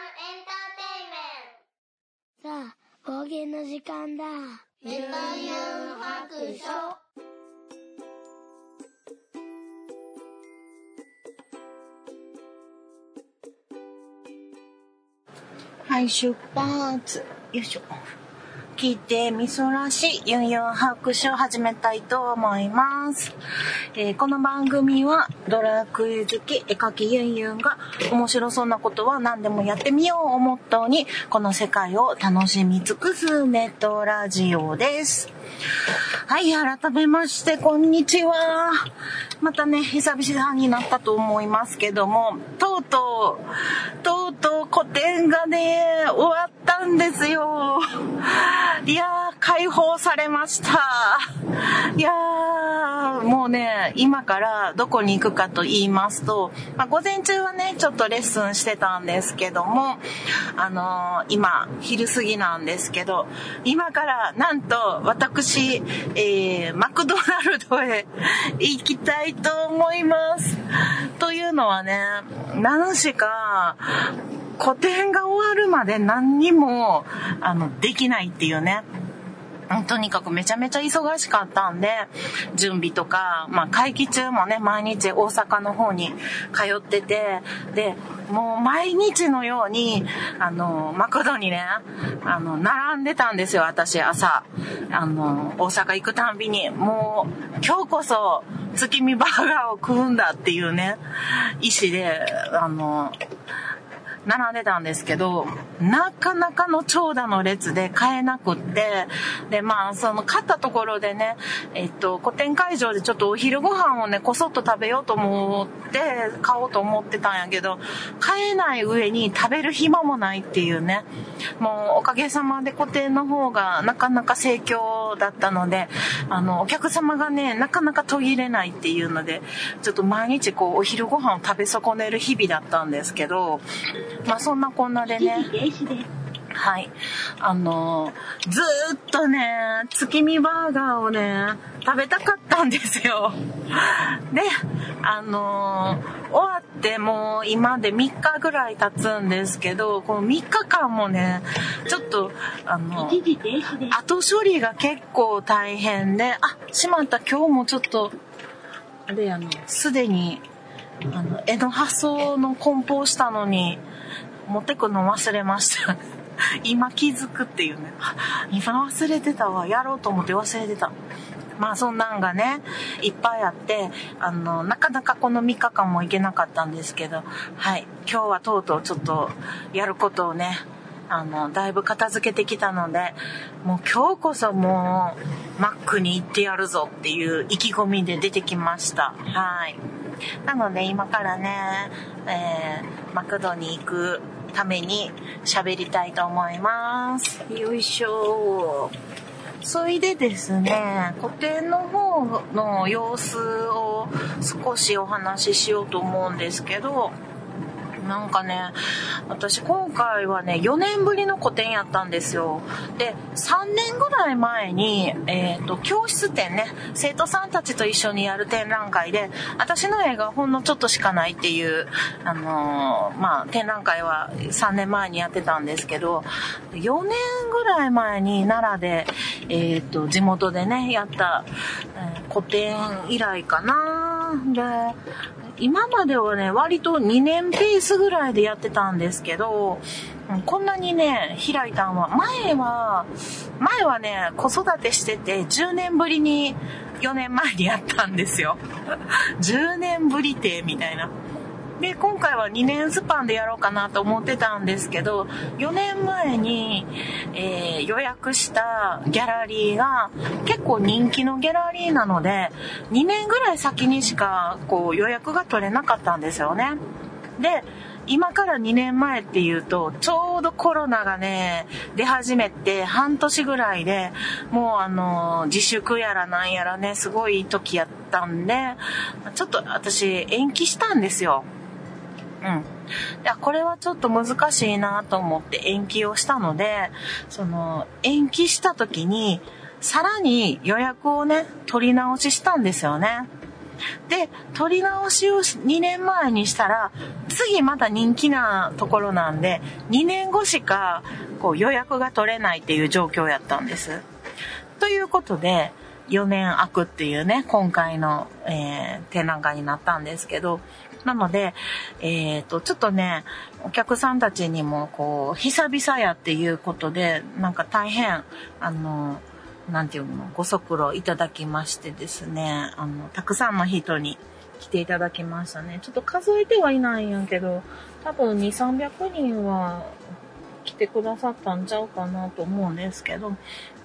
さあ、方言の時間だ。 ゆとゆん白書。 はい、出発。よいしょ。聞いてみそらしユンユン白書を始めたいと思います。この番組はドラクエ好き絵描きユンユンが面白そうなことは何でもやってみようをモットーにこの世界を楽しみ尽くすネットラジオです。はい、改めましてこんにちは。またね、久々になったと思いますけども、とうとう個展がね、終わったんですよ。いやー、解放されました。いやー、もうね、今からどこに行くかと言いますと、午前中はね、ちょっとレッスンしてたんですけども、今、昼過ぎなんですけど、今からなんと私、マクドナルドへ行きたいと思います。というのはね、何しか個展が終わるまで何にもできないっていうね。とにかくめちゃめちゃ忙しかったんで、準備とか、会期中もね、毎日大阪の方に通ってて、で、もう毎日のように、マクドにね、並んでたんですよ、私、朝。大阪行くたんびに、もう、今日こそ、月見バーガーを食うんだっていうね、意志で、並んでたんですけど、なかなかの長蛇の列で買えなくって、で、その買ったところでね、個展会場でちょっとお昼ご飯をね、こそっと食べようと思って、買おうと思ってたんやけど、買えない上に食べる暇もないっていうね、もうおかげさまで個展の方がなかなか盛況だったので、お客様がね、なかなか途切れないっていうので、ちょっと毎日こう、お昼ご飯を食べ損ねる日々だったんですけど、そんなこんなでね、はい、ずーっとね、月見バーガーをね、食べたかったんですよ。で、終わってもう今で3日ぐらい経つんですけど、この3日間もね、ちょっと、後処理が結構大変で、しまった、今日もちょっと、すでに、絵の発想の梱包したのに、持ってくの忘れました。今気づくっていうね。今忘れてたわ。やろうと思って忘れてた。そんなんがね、いっぱいあって、なかなかこの3日間も行けなかったんですけど、はい。今日はとうとうちょっとやることをね、だいぶ片付けてきたので、もう今日こそもう、マックに行ってやるぞっていう意気込みで出てきました。はい。なので今からね、マクドに行くために喋りたいと思います。よいしょ。それでですね、個展の方の様子を少しお話ししようと思うんですけど、なんかね、私今回はね、4年ぶりの個展やったんですよ。で、3年ぐらい前に、教室展ね、生徒さんたちと一緒にやる展覧会で、私の絵がほんのちょっとしかないっていう、展覧会は3年前にやってたんですけど、4年ぐらい前に奈良で、地元でね、やった、個展以来かな。で、今まではね、割と2年ペースぐらいでやってたんですけど、こんなにね、開いたんは、前はね、子育てしてて、10年ぶりに4年前にやったんですよ。10年ぶりて、みたいな。で、今回は2年スパンでやろうかなと思ってたんですけど、4年前に、予約したギャラリーが結構人気のギャラリーなので、2年ぐらい先にしかこう予約が取れなかったんですよね。で、今から2年前っていうと、ちょうどコロナがね、出始めて半年ぐらいで、もう自粛やらなんやらね、すごい時やったんで、ちょっと私延期したんですよ。これはちょっと難しいなと思って延期をしたので、延期した時にさらに予約をね取り直ししたんですよね。 で、撮り直しを2年前にしたら、次また人気なところなんで、2年後しかこう予約が取れないっていう状況やったんです。ということで、4年空くっていうね、今回の、展覧会になったんですけど、なので、ちょっとね、お客さんたちにも、こう、久々やっていうことで、なんか大変、なんていうの、ご足労いただきましてですね、たくさんの人に来ていただきましたね。ちょっと数えてはいないんやけど、多分2、300人は来てくださったんちゃうかなと思うんですけど、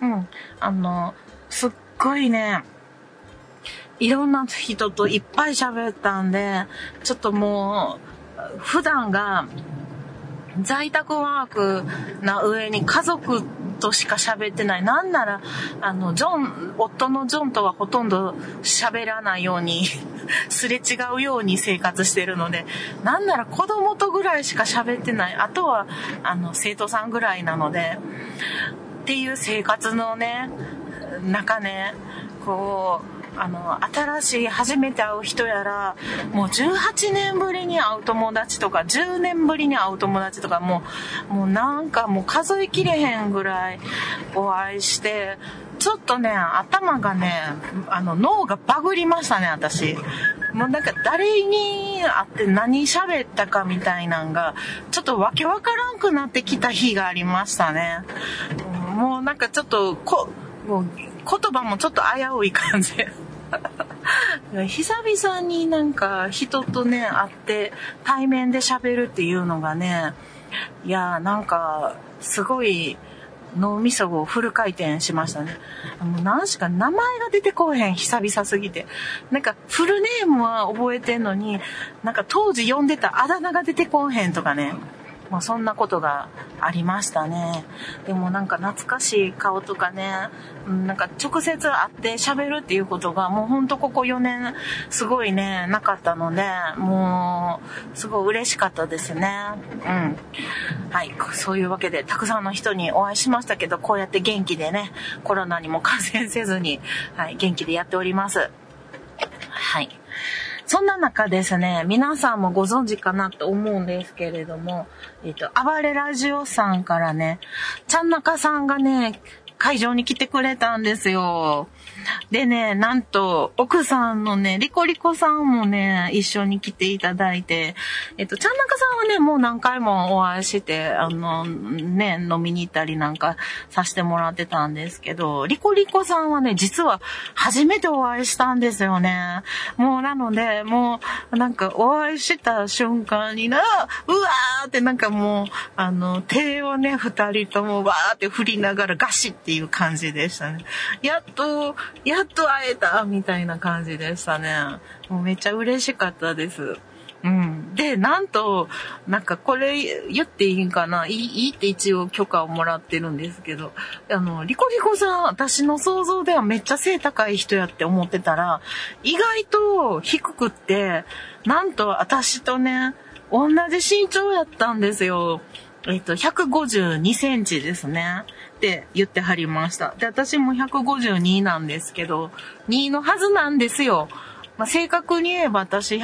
すっごいね、いろんな人といっぱい喋ったんで、ちょっともう、普段が在宅ワークな上に家族としか喋ってない。なんなら、夫のジョンとはほとんど喋らないように、すれ違うように生活してるので、なんなら子供とぐらいしか喋ってない。あとは、生徒さんぐらいなので、っていう生活のね、中ね、こう、新しい初めて会う人やら、もう18年ぶりに会う友達とか、10年ぶりに会う友達とか、もうなんかもう数えきれへんぐらいお会いして、ちょっとね、頭がね、脳がバグりましたね、私。もうなんか誰に会って何喋ったかみたいなんが、ちょっとわけわからんくなってきた日がありましたね。もうなんかちょっと、もう言葉もちょっと危うい感じ。久々になんか人とね会って対面で喋るっていうのがね、いやなんかすごい脳みそをフル回転しましたね。もう何しか名前が出てこうへん、久々すぎて。なんかフルネームは覚えてんのに、なんか当時呼んでたあだ名が出てこうへんとかね。まあ、そんなことがありましたね。でもなんか懐かしい顔とかね、なんか直接会って喋るっていうことがもうほんとここ4年すごいね、なかったので、もうすごい嬉しかったですね。はい、そういうわけでたくさんの人にお会いしましたけど、こうやって元気でね、コロナにも感染せずに、はい、元気でやっております。はい。そんな中ですね、皆さんもご存知かなと思うんですけれども、暴れラジオさんからね、ちゃんなかさんがね、会場に来てくれたんですよ。でね、なんと、奥さんのね、リコリコさんもね、一緒に来ていただいて、ちゃんなかさんはね、もう何回もお会いして、ね、飲みに行ったりなんかさせてもらってたんですけど、リコリコさんはね、実は初めてお会いしたんですよね。もうなので、もうなんかお会いした瞬間にな、うわーってなんかもう、手をね、二人ともわーって振りながらガシッっていう感じでしたね。やっと会えたみたいな感じでしたね。もうめっちゃ嬉しかったです。で、なんと、なんかこれ言っていいんかな、いいって一応許可をもらってるんですけど、リコリコさん、私の想像ではめっちゃ背高い人やって思ってたら、意外と低くって、なんと私とね、同じ身長やったんですよ。152センチですね。って言ってはりました。で、私も152なんですけど、2のはずなんですよ。まあ、正確に言えば私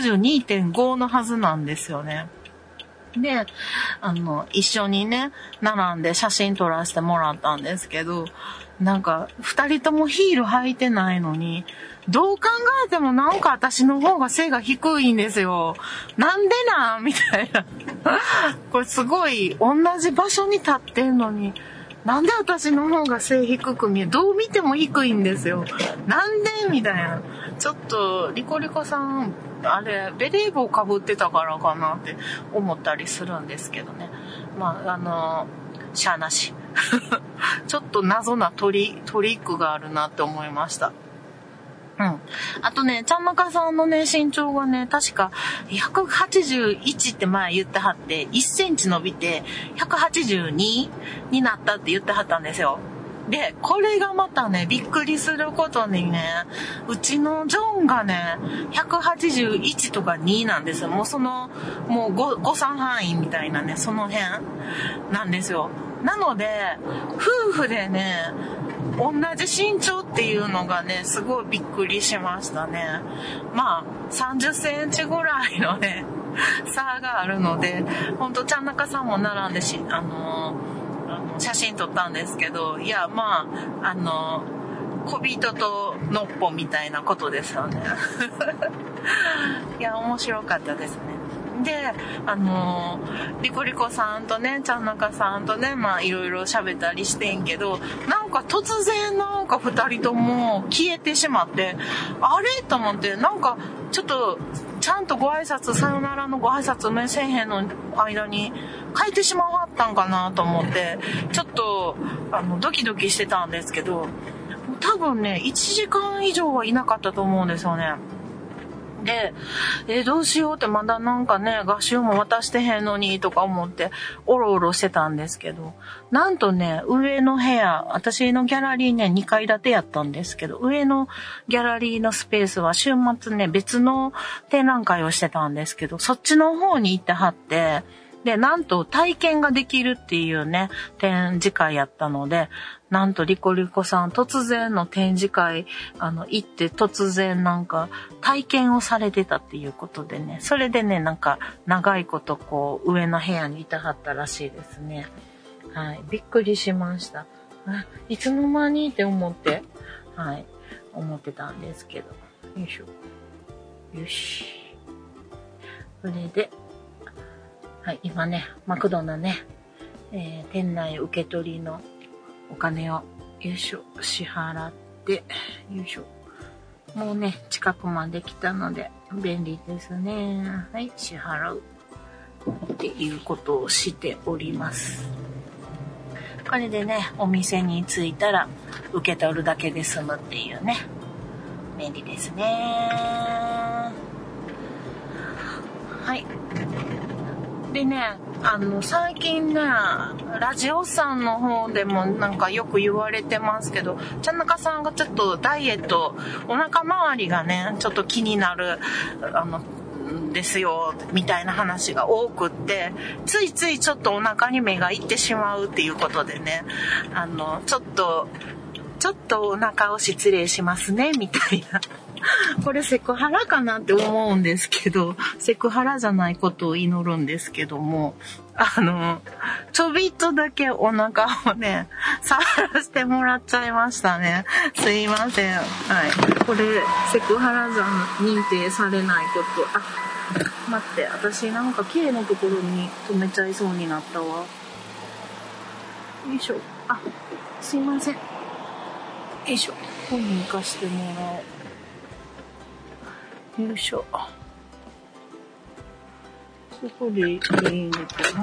152.5 のはずなんですよね。で、一緒にね、並んで写真撮らせてもらったんですけど、なんか、二人ともヒール履いてないのに、どう考えてもなんか私の方が背が低いんですよ。なんでなんみたいな。これすごい、同じ場所に立ってんのに、なんで私の方が背低く見える？どう見ても低いんですよ。なんでみたいな。ちょっと、リコリコさん、あれ、ベレー帽かぶってたからかなって思ったりするんですけどね。まあ、しゃーなし。ちょっと謎なトリックがあるなって思いました。あとね、ちゃんなかさんのね、身長がね、確か181って前言ってはって、1センチ伸びて182になったって言ってはったんですよ。で、これがまたね、びっくりすることにね、うちのジョンがね、181とか2なんですよ。もう誤差範囲みたいなね、その辺なんですよ。なので、夫婦でね、 同じ身長っていうのがね、すごいびっくりしましたね。まあ、30センチぐらいのね、差があるので、ほんと、ちゃんなかさんも並んで写真撮ったんですけど、いや、まあ、小人とのっぽみたいなことですよね。いや、面白かったですね。で、リコリコさんとね、ちゃんなかさんとね、まあ、いろいろ喋ったりしてんけど、なんか突然なんか二人とも消えてしまって、あれと思って、なんか、ちょっと、ちゃんとご挨拶、さよならのご挨拶目せえへんの間に変えてしまわったんかなと思って、ちょっと、ドキドキしてたんですけど、多分ね、1時間以上はいなかったと思うんですよね。で、どうしようってまだなんかね、合唱も渡してへんのにとか思って、おろおろしてたんですけど、なんとね、上の部屋、私のギャラリーね、2階建てやったんですけど、上のギャラリーのスペースは週末ね、別の展覧会をしてたんですけど、そっちの方に行ってはって、で、なんと体験ができるっていうね、展示会やったので、なんとリコリコさん突然の展示会、行って突然なんか体験をされてたっていうことでね、それでね、なんか長いことこう上の部屋にいたはったらしいですね。はい。びっくりしました。いつの間にって思って、はい。思ってたんですけど。よいしょ。よし。それで、はい、今ね、マクドのね、店内受け取りのお金を、よいしょ、支払って、よいしょ。もうね、近くまで来たので、便利ですね。はい、支払う。っていうことをしております。これでね、お店に着いたら、受け取るだけで済むっていうね。便利ですね。はい。でね、最近ね、ラジオさんの方でもなんかよく言われてますけど、ちゃんなかさんがちょっとダイエット、お腹周りがね、ちょっと気になる、ですよ、みたいな話が多くって、ついついちょっとお腹に目がいってしまうっていうことでね、ちょっとお腹を失礼しますね、みたいな。これセクハラかなって思うんですけど、セクハラじゃないことを祈るんですけども、ちょびっとだけお腹をね、触らせてもらっちゃいましたね。すいません。はい。これ、セクハラじゃ認定されないこと。待って、私なんか綺麗なところに止めちゃいそうになったわ。よいしょ。すいません。よいしょ。ここに行かしてもらおう。よいしょ。そこでいいのかな。よい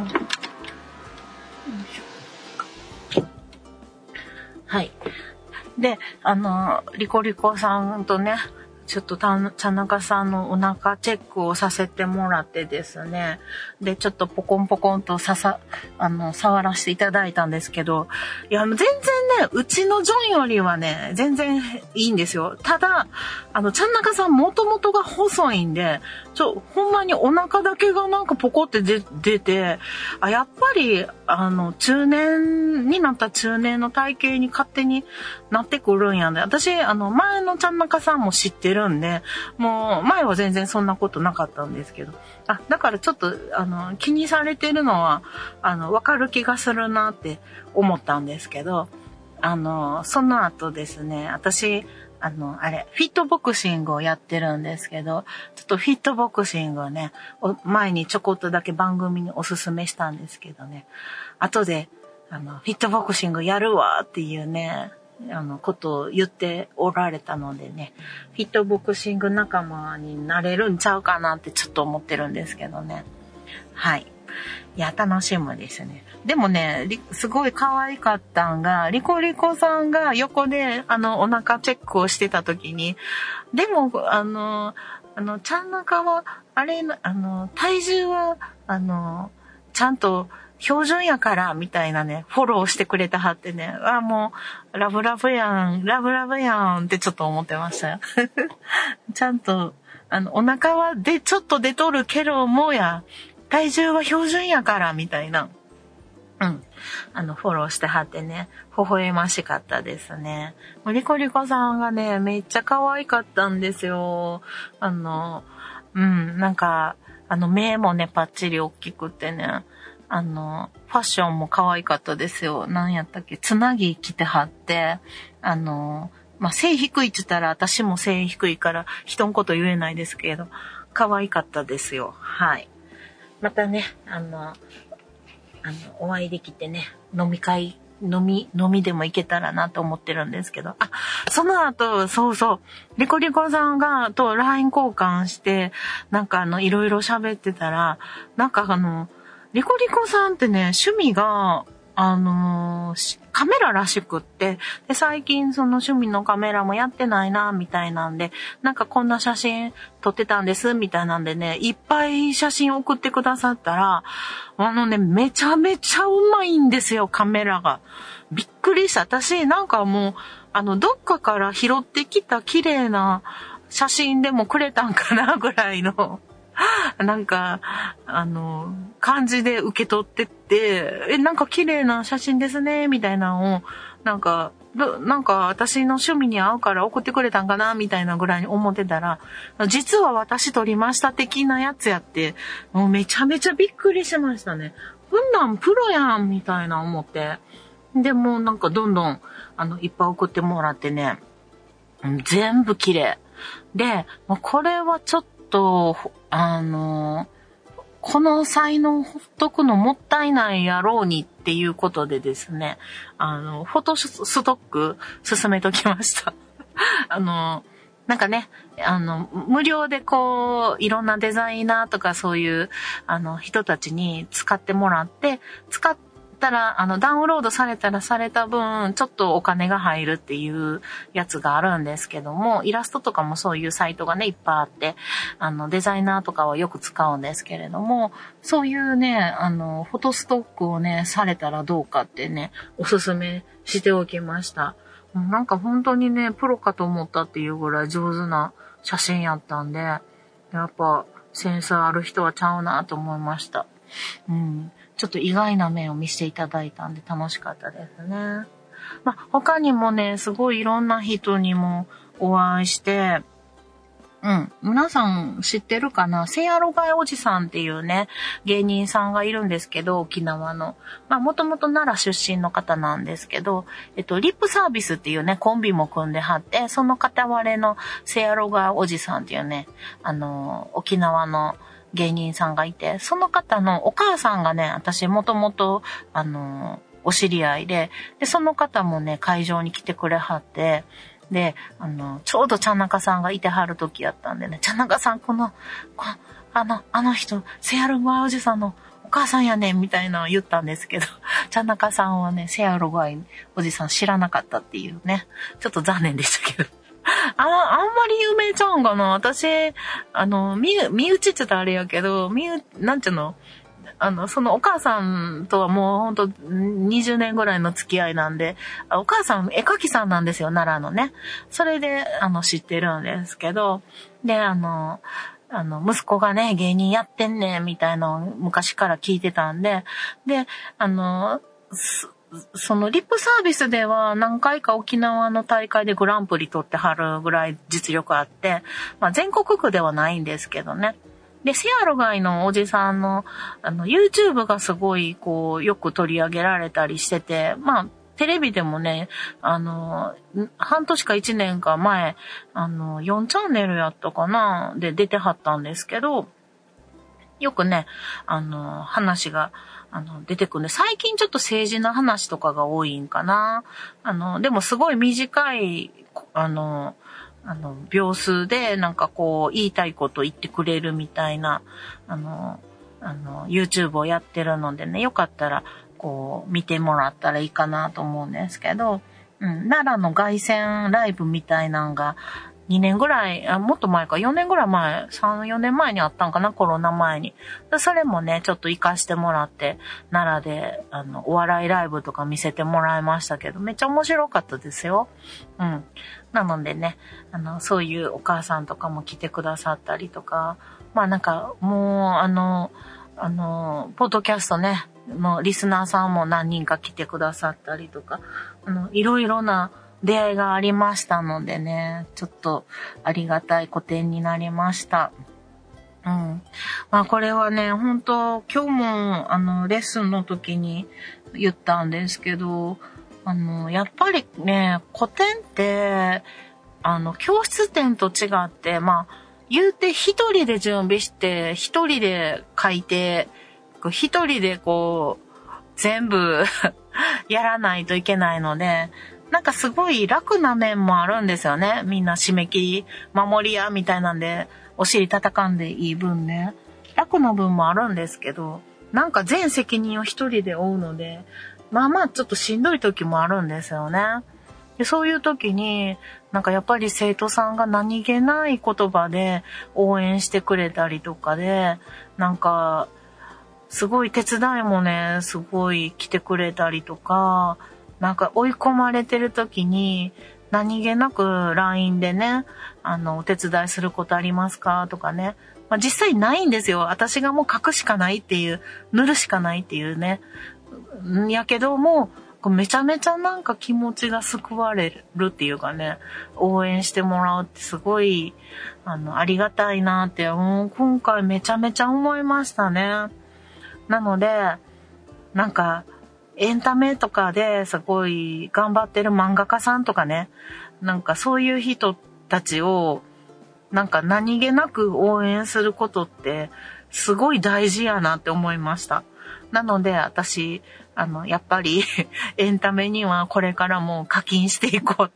しょ。はい。で、リコリコさんとね、ちょっと田中さんのお腹チェックをさせてもらってですね。で、ちょっとポコンポコンと触らせていただいたんですけど、いや、全然ね、うちのジョンよりはね、全然いいんですよ。ただ、ちゃんなかさんもともとが細いんで、ほんまにお腹だけがなんかポコって出て、やっぱり、中年になった中年の体型に勝手になってくるんやで。私、前のちゃんなかさんも知ってるんで、もう、前は全然そんなことなかったんですけど。だからちょっと、気にされてるのは、わかる気がするなって思ったんですけど、その後ですね、私、フィットボクシングをやってるんですけど、ちょっとフィットボクシングをね、前にちょこっとだけ番組におすすめしたんですけどね、後で、フィットボクシングやるわっていうね、ことを言っておられたのでね、フィットボクシング仲間になれるんちゃうかなってちょっと思ってるんですけどね。はい。いや、楽しみですね。でもね、すごい可愛かったんが、リコリコさんが横で、お腹チェックをしてた時に、でも、ちゃんなかは、体重は、ちゃんと、標準やから、みたいなね、フォローしてくれたはってね、もう、ラブラブやんってちょっと思ってましたよ。ちゃんと、お腹はちょっと出とるけどもや、体重は標準やから、みたいな。 フォローしてはってね、微笑ましかったですね。リコリコさんがね、めっちゃ可愛かったんですよ。なんか、目もね、パッチリ大きくてね、ファッションも可愛かったですよ。何やったっけ、つなぎ着てはって、背低いって言ったら私も背低いから人のこと言えないですけど、可愛かったですよ。はい。またね、お会いできてね、飲みでも行けたらなと思ってるんですけど。その後、リコリコさんと LINE 交換して、なんかいろいろ喋ってたら、なんかリコリコさんってね、趣味が、カメラらしくって、で、最近その趣味のカメラもやってないな、みたいなんで、なんかこんな写真撮ってたんです、みたいなんでね、いっぱい写真送ってくださったら、めちゃめちゃうまいんですよ、カメラが。びっくりした。私、なんかもう、どっかから拾ってきた綺麗な写真でもくれたんかな、ぐらいの。なんか、感じで受け取ってって、なんか綺麗な写真ですね、みたいなのを、なんか私の趣味に合うから送ってくれたんかな、みたいなぐらいに思ってたら、実は私撮りました的なやつやって、もうめちゃめちゃびっくりしましたね。こんなんプロやん、みたいな思って。で、もうなんかどんどん、いっぱい送ってもらってね、全部綺麗。で、もうこれはちょっと、この才能ほっとくのもったいないやろうにっていうことでですね、フォトストック進めときました。なんかね、無料でこう、いろんなデザイナーとかそういう、人たちに使ってもらって、使ったら、ダウンロードされたらされた分、ちょっとお金が入るっていうやつがあるんですけども、イラストとかもそういうサイトがね、いっぱいあって、デザイナーとかはよく使うんですけれども、そういうね、フォトストックをね、されたらどうかってね、おすすめしておきました。なんか本当にね、プロかと思ったっていうぐらい上手な写真やったんで、やっぱセンスある人はちゃうなと思いました。ちょっと意外な面を見せていただいたんで楽しかったですね。他にもね、すごいいろんな人にもお会いして、皆さん知ってるかな？セアロガイおじさんっていうね、芸人さんがいるんですけど、沖縄の。もともと奈良出身の方なんですけど、リップサービスっていうね、コンビも組んではって、その片割れのセアロガイおじさんっていうね、沖縄の芸人さんがいて、その方のお母さんがね、私もともと、お知り合いで、その方もね、会場に来てくれはって、で、ちょうどちゃんなかさんがいてはる時やったんでね、ちゃんなかさん、あの人、セアロガイおじさんのお母さんやねん、みたいなのを言ったんですけど、ちゃんなかさんはね、セアロガイおじさん知らなかったっていうね、ちょっと残念でしたけど。あんまり有名ちゃうんかな。私、身内って言ったらあれやけど、なんていうの？そのお母さんとはもうほんと20年ぐらいの付き合いなんで、お母さん絵描きさんなんですよ、奈良のね。それで、知ってるんですけど、で、息子がね、芸人やってんねん、みたいなのを昔から聞いてたんで、で、そのリップサービスでは何回か沖縄の大会でグランプリ取ってはるぐらい実力あって、全国区ではないんですけどね。で、セアロガイのおじさんの、YouTube がすごい、こう、よく取り上げられたりしてて、テレビでもね、半年か1年か前、4チャンネルやったかなで出てはったんですけど、よくね、話が、出てくるんで、最近ちょっと政治の話とかが多いんかな。でもすごい短い、秒数でなんかこう言いたいこと言ってくれるみたいな、YouTube をやってるのでね、よかったらこう見てもらったらいいかなと思うんですけど、奈良の凱旋ライブみたいなのが2年ぐらい、もっと前か、4年ぐらい前、3、4年前にあったんかな、コロナ前に。それもね、ちょっと活かしてもらって、奈良で、お笑いライブとか見せてもらいましたけど、めっちゃ面白かったですよ。なのでね、そういうお母さんとかも来てくださったりとか、なんか、もう、ポッドキャストね、 もうリスナーさんも何人か来てくださったりとか、いろいろな出会いがありましたのでね、ちょっとありがたい個展になりました。まあこれはね、本当今日もレッスンの時に言ったんですけど、やっぱりね、個展って、教室展と違って、まあ、言うて一人で準備して、一人で書いて、一人でこう、全部やらないといけないので、なんかすごい楽な面もあるんですよね。みんな締め切り、守りや、みたいなんで、お尻叩かんでいい分ね。楽な分もあるんですけど、なんか全責任を一人で負うので、まあまあちょっとしんどい時もあるんですよね。でそういう時に、なんかやっぱり生徒さんが何気ない言葉で応援してくれたりとかで、なんか、すごい手伝いもね、すごい来てくれたりとか、なんか追い込まれてる時に、何気なく LINE でね、お手伝いすることありますかとかね。まあ、実際ないんですよ。私がもう書くしかないっていう、塗るしかないっていうね。やけども、めちゃめちゃなんか気持ちが救われるっていうかね、応援してもらうってすごい、ありがたいなって、今回めちゃめちゃ思いましたね。なので、なんか、エンタメとかですごい頑張ってる漫画家さんとかね、なんかそういう人たちを、なんか何気なく応援することって、すごい大事やなって思いました。なので私、やっぱりエンタメにはこれからも課金していこうって、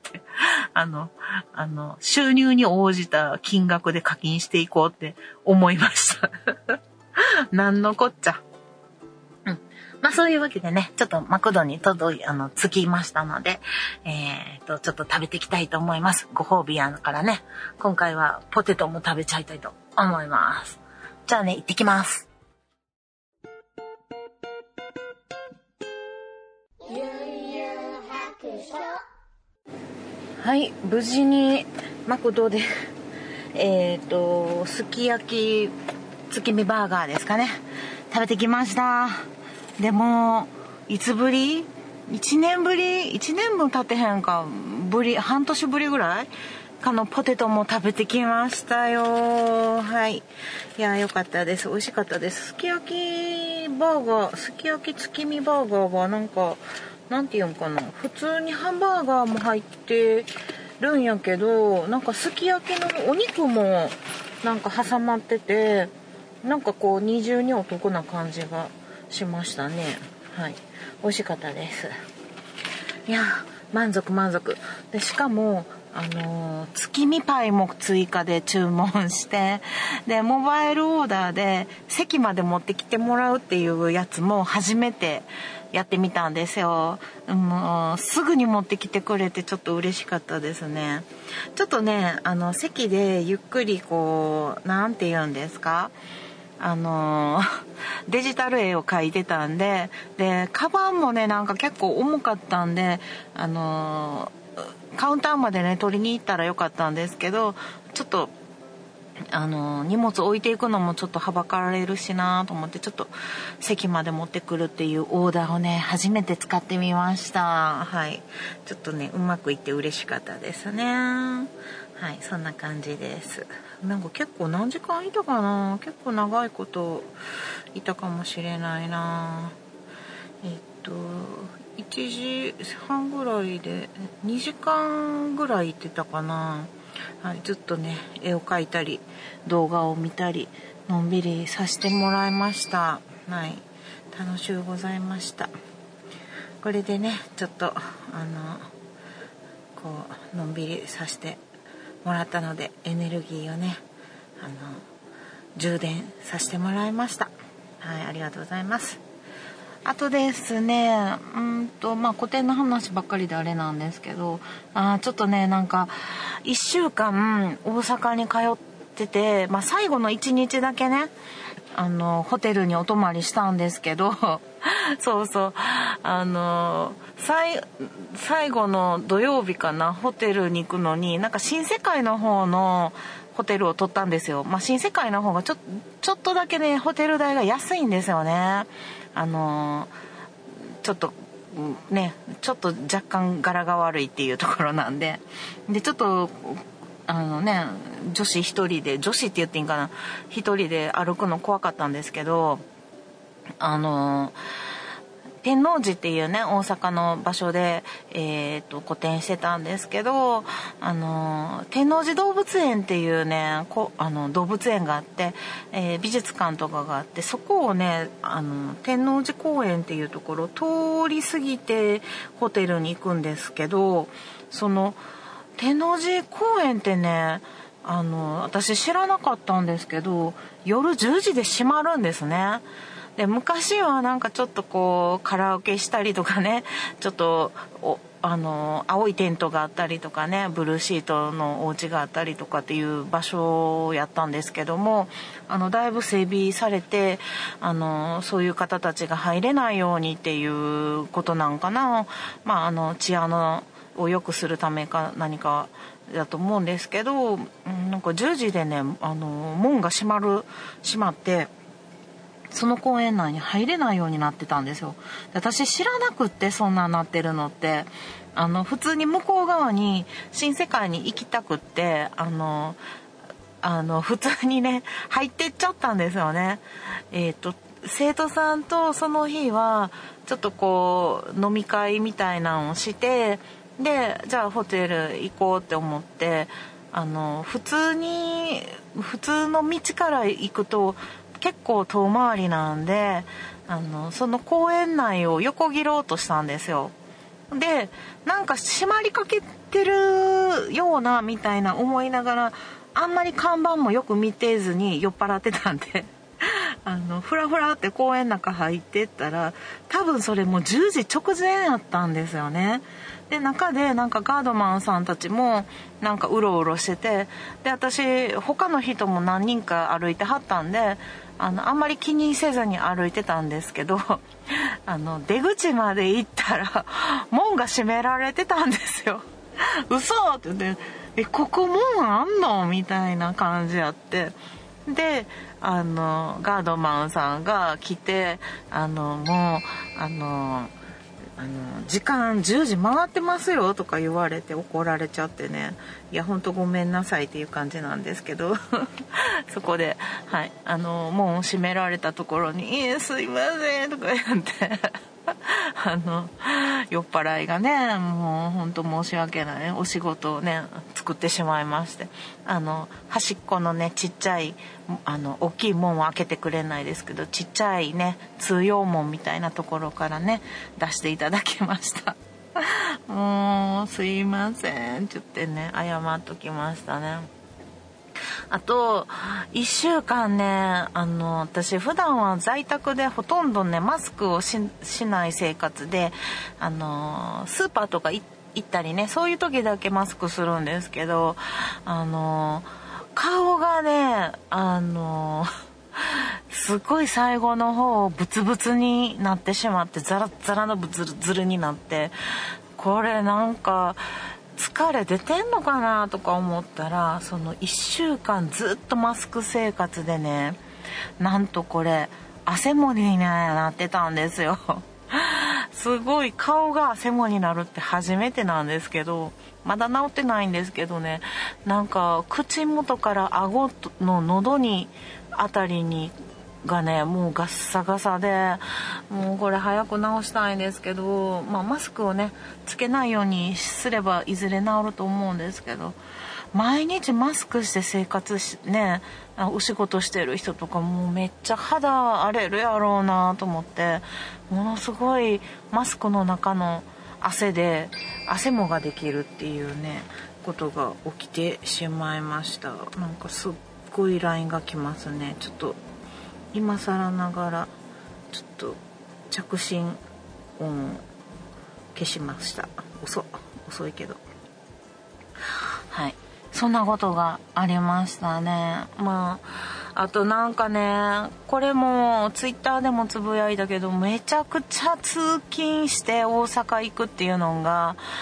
収入に応じた金額で課金していこうって思いました。なんのこっちゃ。まあそういうわけでね、ちょっとマクドに着きましたので、ちょっと食べていきたいと思います。ご褒美やからね、今回はポテトも食べちゃいたいと思います。じゃあね、行ってきます。はい、無事にマクドですき焼き月見バーガーですかね、食べてきました。でもいつぶり ?1 年ぶり ?1 年も経ってへんか半年ぶりぐらいかのポテトも食べてきましたよ。はい。いや、よかったです。美味しかったです。すき焼き月見バーガーはなんか、なんていうんかな。普通にハンバーガーも入ってるんやけど、なんかすき焼きのお肉もなんか挟まってて、なんかこう二重にお得な感じがしましたね。はい。美味しかったです。いや、満足で、しかも月見パイも追加で注文して、でモバイルオーダーで席まで持ってきてもらうっていうやつも初めてやってみたんですよ。すぐに持ってきてくれてちょっと嬉しかったですね。ちょっとね、席でゆっくりこう、なんて言うんですか、デジタル絵を描いてたんで、カバンもね、なんか結構重かったんで、カウンターまでね、取りに行ったらよかったんですけど、ちょっと、荷物置いていくのもちょっとはばかられるしなと思って、ちょっと席まで持ってくるっていうオーダーをね、初めて使ってみました。はい。ちょっとね、うまくいって嬉しかったですね。はい、そんな感じです。なんか結構何時間いたかな？結構長いこといたかもしれないな。1時半ぐらいで2時間ぐらい行ってたかな。はい、ずっとね、絵を描いたり動画を見たりのんびりさせてもらいました。はい、楽しゅうございました。これでね、ちょっとこうのんびりさせてもらったので、エネルギーをね、充電させてもらいました。はい、ありがとうございます。あとですね、まあ、古典の話ばっかりであれなんですけど、ちょっとね、なんか、1週間大阪に通ってて、まあ、最後の1日だけね、ホテルにお泊まりしたんですけど、そうそう、最後の土曜日かな、ホテルに行くのに、なんか新世界の方のホテルを取ったんですよ。まあ、新世界の方がちょっとだけね、ホテル代が安いんですよね。 ちょっとね、ちょっと若干柄が悪いっていうところなんで、ちょっと女子一人で、女子って言っていいんかな、一人で歩くの怖かったんですけど、天王寺っていうね、大阪の場所で、個展してたんですけど、天王寺動物園っていうね、動物園があって、美術館とかがあって、そこをね、天王寺公園っていうところを通り過ぎてホテルに行くんですけど、その天王寺公園ってね、私知らなかったんですけど、夜10時で閉まるんですね。で、昔はなんかちょっとこうカラオケしたりとかね、ちょっと青いテントがあったりとかね、ブルーシートのお家があったりとかっていう場所をやったんですけども、だいぶ整備されて、そういう方たちが入れないようにっていうことなんかな。治安を良くするためか何かだと思うんですけど、なんか10時でね、門が閉まって、その公園内に入れないようになってたんですよ。私知らなくって、そんななってるのって、普通に向こう側に新世界に行きたくって、普通にね、入ってっちゃったんですよね。生徒さんとその日は、ちょっとこう、飲み会みたいなのをして、で、じゃあホテル行こうって思って、普通の道から行くと、結構遠回りなんで、その公園内を横切ろうとしたんですよ。で、なんか閉まりかけてるようなみたいな思いながら、あんまり看板もよく見てずに酔っ払ってたんでふらふらって公園の中入ってったら、多分それもう10時直前やったんですよね。で、中でなんかガードマンさんたちもなんかうろうろしてて、で、私他の人も何人か歩いてはったんで、あんまり気にせずに歩いてたんですけど、出口まで行ったら門が閉められてたんですよ。嘘って言って、ここ門あんのみたいな感じやって、で、ガードマンさんが来て、もう時間10時回ってますよとか言われて怒られちゃってね、いやほんとごめんなさいっていう感じなんですけどそこで、はい、門を閉められたところに「すいません」とか言って酔っ払いがね、もう本当申し訳ないお仕事をね作ってしまいまして、端っこのねちっちゃい大きい門を開けてくれないですけど、ちっちゃいね通用門みたいなところからね出していただきましたもうすいませんって言ってね謝っときましたね。あと1週間ね、私普段は在宅でほとんどねマスクを しない生活で、スーパーとか行ったりね、そういう時だけマスクするんですけど、顔がねすごい最後の方ブツブツになってしまって、ザラッザラのブツズルになって、これなんか疲れ出てんのかなとか思ったら、その1週間ずっとマスク生活でね、なんとこれ汗もになってたんですよすごい顔が汗もになるって初めてなんですけど、まだ治ってないんですけどね、なんか口元から顎の喉にあたりにがねもうガッサガサで、もうこれ早く治したいんですけど、マスクをねつけないようにすればいずれ治ると思うんですけど、毎日マスクして生活ね、お仕事してる人とかもうめっちゃ肌荒れるやろうなと思って、ものすごいマスクの中の汗で汗もができるっていうねことが起きてしまいました。なんかすっごい LINE が来ますね。ちょっと今更ながらちょっと着信音消しました。遅いけど、はい、そんなことがありましたね。あとなんかね、これもツイッターでもつぶやいたけど、めちゃくちゃ通勤して大阪行くっていうのが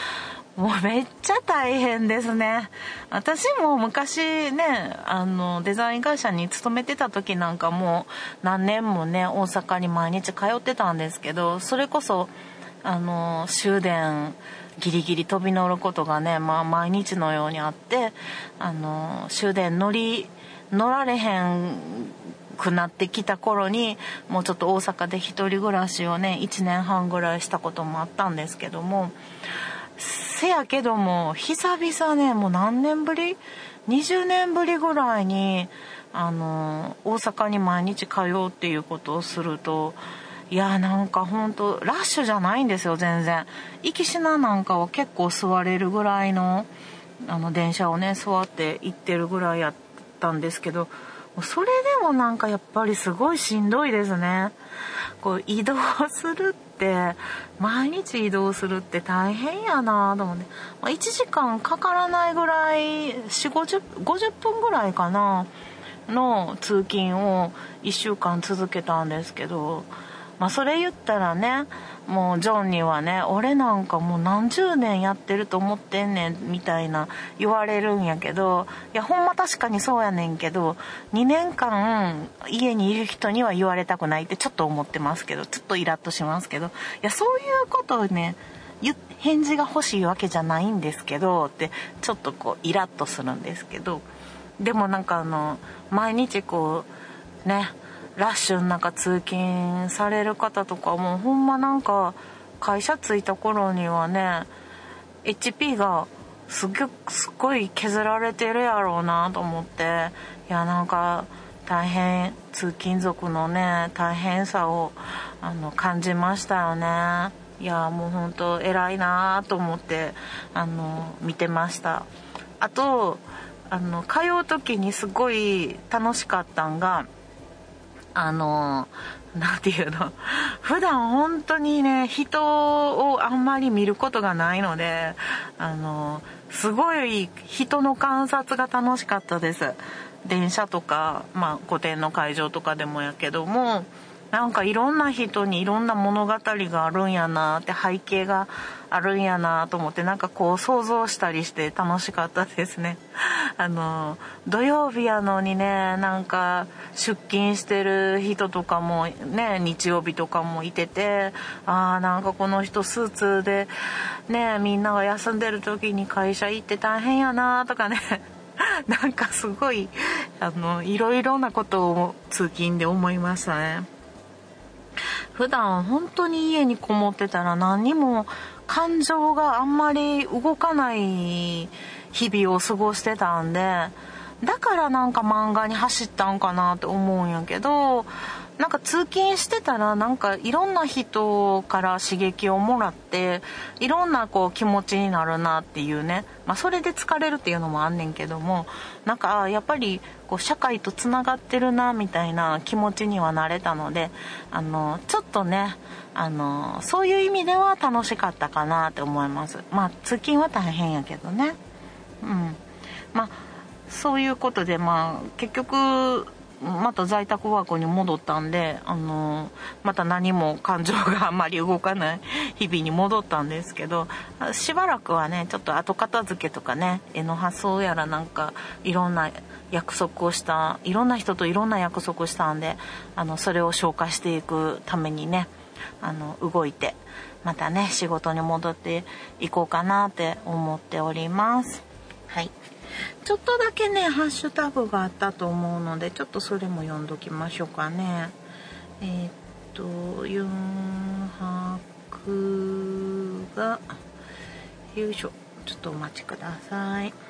もうめっちゃ大変ですね。私も昔ね、デザイン会社に勤めてた時なんかもう何年もね、大阪に毎日通ってたんですけど、それこそ、終電ギリギリ飛び乗ることがね、まあ毎日のようにあって、終電乗られへんくなってきた頃に、もうちょっと大阪で一人暮らしをね、1年半ぐらいしたこともあったんですけども、せやけども久々ね、もう何年ぶり ?20 年ぶりぐらいに大阪に毎日通うっていうことをすると、いやなんかほんとラッシュじゃないんですよ。全然行きしななんかは結構座れるぐらいの電車をね座って行ってるぐらいやったんですけど、それでもなんかやっぱりすごいしんどいですね。こう移動するって毎日移動するって大変やなと思って、1時間かからないぐらい50分ぐらいかなの通勤を1週間続けたんですけど、それ言ったらね、もうジョンにはね、俺なんかもう何十年やってると思ってんねんみたいな言われるんやけど、いやほんま確かにそうやねんけど、2年間家にいる人には言われたくないってちょっと思ってますけど、ちょっとイラッとしますけど、いやそういうことをね返事が欲しいわけじゃないんですけどってちょっとこうイラッとするんですけど、でもなんか毎日こうねラッシュの中通勤される方とかもほんまなんか会社着いた頃にはね HP がすっごい削られてるやろうなと思って、いやなんか大変通勤族のね大変さを感じましたよね。いやもうほんと偉いなと思って見てました。あと通う時にすごい楽しかったんがなんていうの、普段本当にね人をあんまり見ることがないので、すごい人の観察が楽しかったです。電車とか個展の会場とかでもやけども、なんかいろんな人にいろんな物語があるんやなって、背景があるんやなと思って、なんかこう想像したりして楽しかったですね。土曜日やのにね、なんか出勤してる人とかもね、日曜日とかもいてて、なんかこの人スーツでね、みんなが休んでる時に会社行って大変やなとかねなんかすごいいろいろなことを通勤で思いましたね。普段本当に家にこもってたら何にも感情があんまり動かない日々を過ごしてたんで、だからなんか漫画に走ったんかなって思うんやけど、なんか通勤してたらなんかいろんな人から刺激をもらっていろんなこう気持ちになるなっていうね、それで疲れるっていうのもあんねんけども、なんかやっぱりこう社会とつながってるなみたいな気持ちにはなれたので、ちょっとねそういう意味では楽しかったかなって思います。通勤は大変やけどね。そういうことで結局また在宅ワークに戻ったんで、また何も感情があんまり動かない日々に戻ったんですけど、しばらくはねちょっと後片付けとかね、絵の発想やらなんかいろんな約束をしたいろんな人といろんな約束をしたんで、それを消化していくためにね動いてまたね仕事に戻っていこうかなって思っております。はい、ちょっとだけねハッシュタグがあったと思うので、ちょっとそれも読んどきましょうかね。ユンハクがよいしょ、ちょっとお待ちください。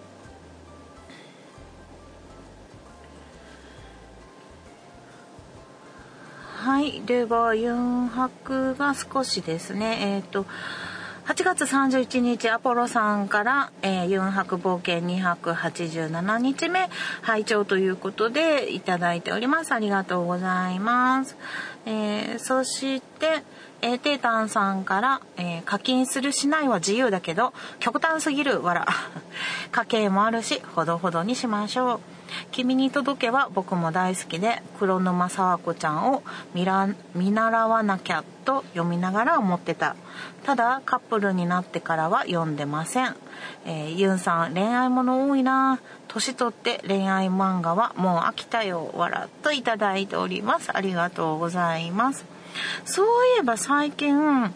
はい、ではユンハクが少しですね、8月31日アポロさんから、ユンハク冒険287日目拝聴ということでいただいております。ありがとうございます。そして、 テータンさんから、課金するしないは自由だけど極端すぎるわら家計もあるしほどほどにしましょう。君に届けは僕も大好きで黒沼佐和子ちゃんを見習わなきゃと読みながら思ってた。ただカップルになってからは読んでません。ユンさん恋愛もの多いな。年取って恋愛漫画はもう飽きたよわらといただいております。ありがとうございます。そういえば最近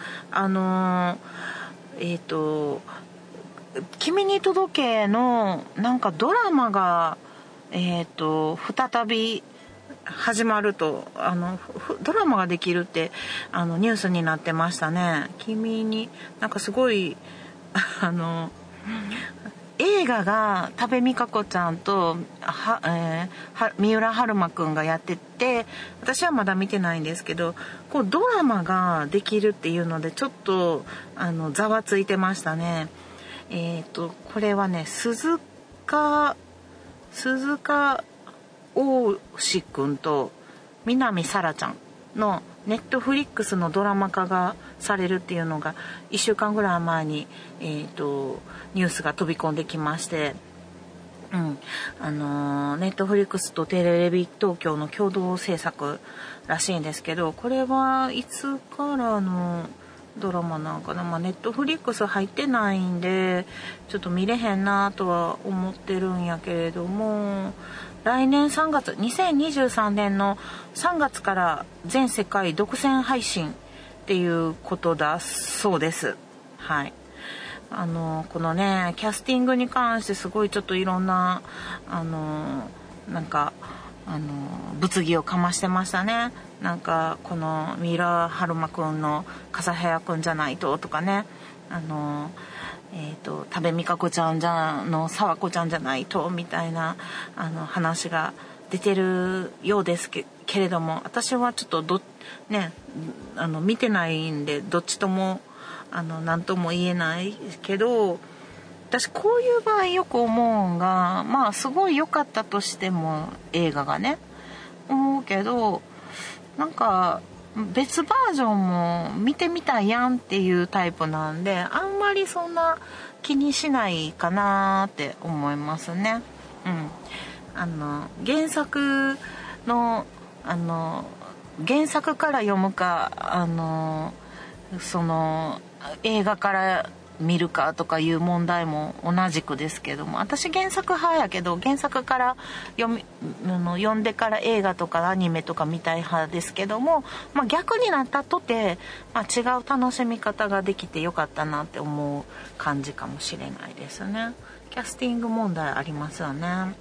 君に届けのなんかドラマが再び始まるとドラマができるってニュースになってましたね。君になんかすごい映画が多部未華子ちゃんと三浦春馬くんがやってて、私はまだ見てないんですけど、こうドラマができるっていうのでちょっとざわついてましたね。これはね鈴鹿大志くんと南沙羅ちゃんのネットフリックスのドラマ化がされるっていうのが1週間ぐらい前に、ニュースが飛び込んできまして、ネットフリックスとテレビ東京の共同制作らしいんですけど、これはいつからのドラマなんかな。ネットフリックス入ってないんでちょっと見れへんなとは思ってるんやけれども、来年2023年の3月から全世界独占配信っていうことだそうです。はい。このねキャスティングに関してすごいちょっといろんななんか物議をかましてましたね。なんかこの三浦春馬くんの笠原くんじゃないととかね、多部未華子ちゃんの佐和子ちゃんじゃないとみたいな話が出てるようですけれども、私はちょっと見てないんでどっちとも何とも言えないけど、私こういう場合よく思うんが、まあすごい良かったとしても映画がね思うけど、なんか別バージョンも見てみたいやんっていうタイプなんで、あんまりそんな気にしないかなって思いますね。原作の原作から読むかその映画から見るかとかいう問題も同じくですけども、私原作派やけど原作から読んでから映画とかアニメとか見たい派ですけども、逆になったとて、違う楽しみ方ができてよかったなって思う感じかもしれないですね。キャスティング問題ありますよね。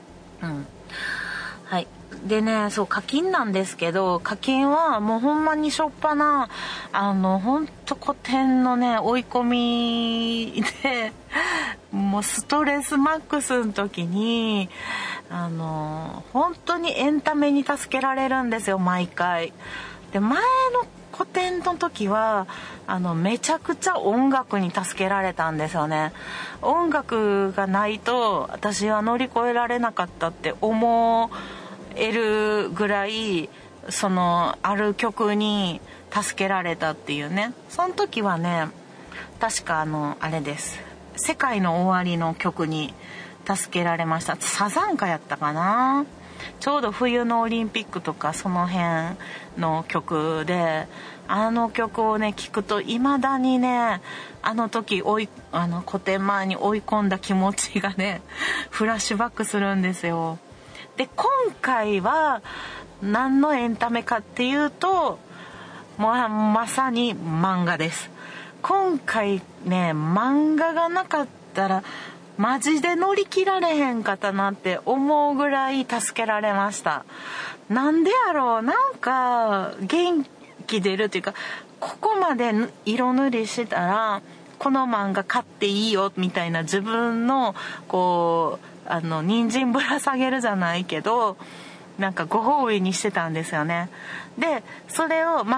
はい。でね、そう課金なんですけど、課金はもうほんまにしょっぱなほんと古典のね追い込みでもうストレスマックスの時に本当にエンタメに助けられるんですよ毎回。で前の古典の時はめちゃくちゃ音楽に助けられたんですよね。音楽がないと私は乗り越えられなかったって思えるぐらいある曲に助けられたっていうね。その時はね確かあれです、世界の終わりの曲に助けられました。サザンカやったかな。ちょうど冬のオリンピックとかその辺の曲で、曲をね聴くと未だにね時古典前に追い込んだ気持ちがねフラッシュバックするんですよ。で今回は何のエンタメかっていうとまさに漫画です。今回ね漫画がなかったらマジで乗り切られへんかったなって思うぐらい助けられました。なんでやろう、なんか元気出るっていうか、ここまで色塗りしたらこの漫画買っていいよみたいな自分のこう人参ぶら下げるじゃないけどなんかご褒美にしてたんですよね。でそれを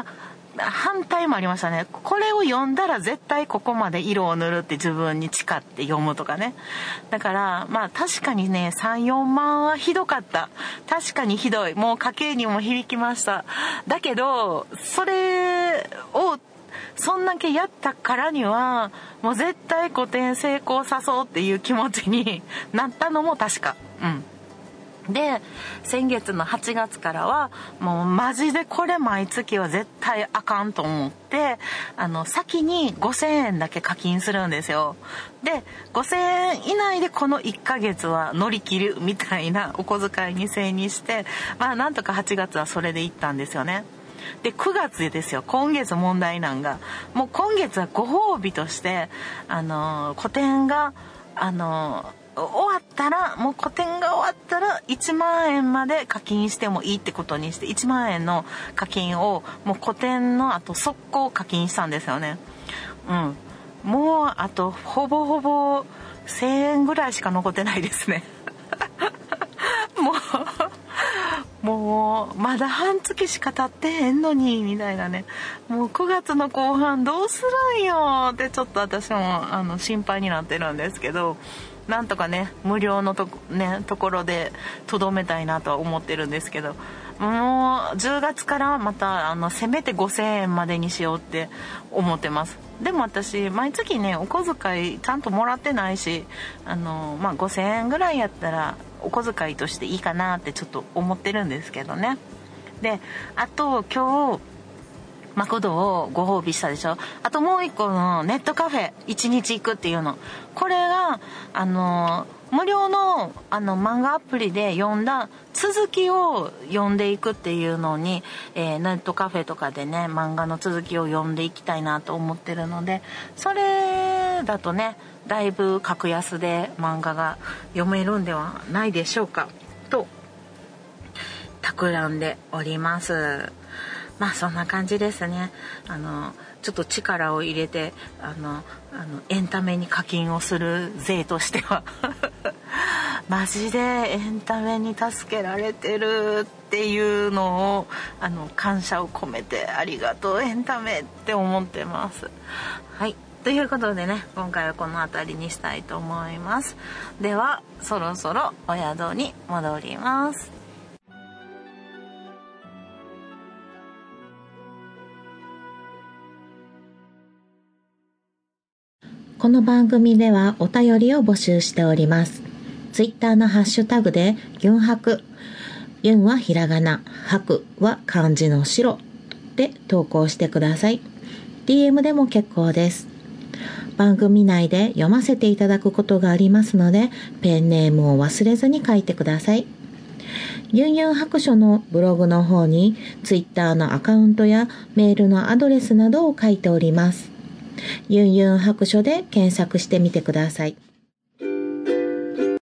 反対もありましたね。これを読んだら絶対ここまで色を塗るって自分に誓って読むとかね。だから確かにね、3、4万はひどかった。確かにひどい。もう家計にも響きました。だけどそれをそんだけやったからにはもう絶対個展成功さそうっていう気持ちになったのも確か。で、先月の8月からはもうマジでこれ毎月は絶対あかんと思って、先に5000円だけ課金するんですよ。で、5000円以内でこの1ヶ月は乗り切るみたいなお小遣いに制にして、なんとか8月はそれで行ったんですよね。で、9月ですよ。今月問題なんが、もう今月はご褒美として、個展が、終わったら、もう個展が終わったら1万円まで課金してもいいってことにして、1万円の課金をもう個展の後速攻課金したんですよね。もうあとほぼほぼ1000円ぐらいしか残ってないですね。もうまだ半月しか経ってへんのにみたいなね。もう9月の後半どうするんよってちょっと私も心配になってるんですけど、なんとかね無料のところでとどめたいなとは思ってるんですけど、もう10月からまたせめて5000円までにしようって思ってます。でも私毎月ねお小遣いちゃんともらってないし、5000円ぐらいやったらお小遣いとしていいかなってちょっと思ってるんですけどね。で、あと今日マクドをご褒美したでしょ。あともう一個のネットカフェ1日行くっていうの、これが無料の漫画アプリで読んだ続きを読んでいくっていうのに、ネットカフェとかでね漫画の続きを読んでいきたいなと思ってるので、それだとねだいぶ格安で漫画が読めるんではないでしょうかと企んでおります。そんな感じですね。ちょっと力を入れてエンタメに課金をする税としてはマジでエンタメに助けられてるっていうのを感謝を込めてありがとうエンタメって思ってます。はい、ということでね、今回はこの辺りにしたいと思います。ではそろそろお宿に戻ります。 この番組ではお便りを募集しております。ツイッターのハッシュタグでユンハク、ユンはひらがな、ハクは漢字の白で投稿してください。DM でも結構です。番組内で読ませていただくことがありますので、ペンネームを忘れずに書いてください。ユンユン白書のブログの方にツイッターのアカウントやメールのアドレスなどを書いております。ユンユン白書で検索してみてください。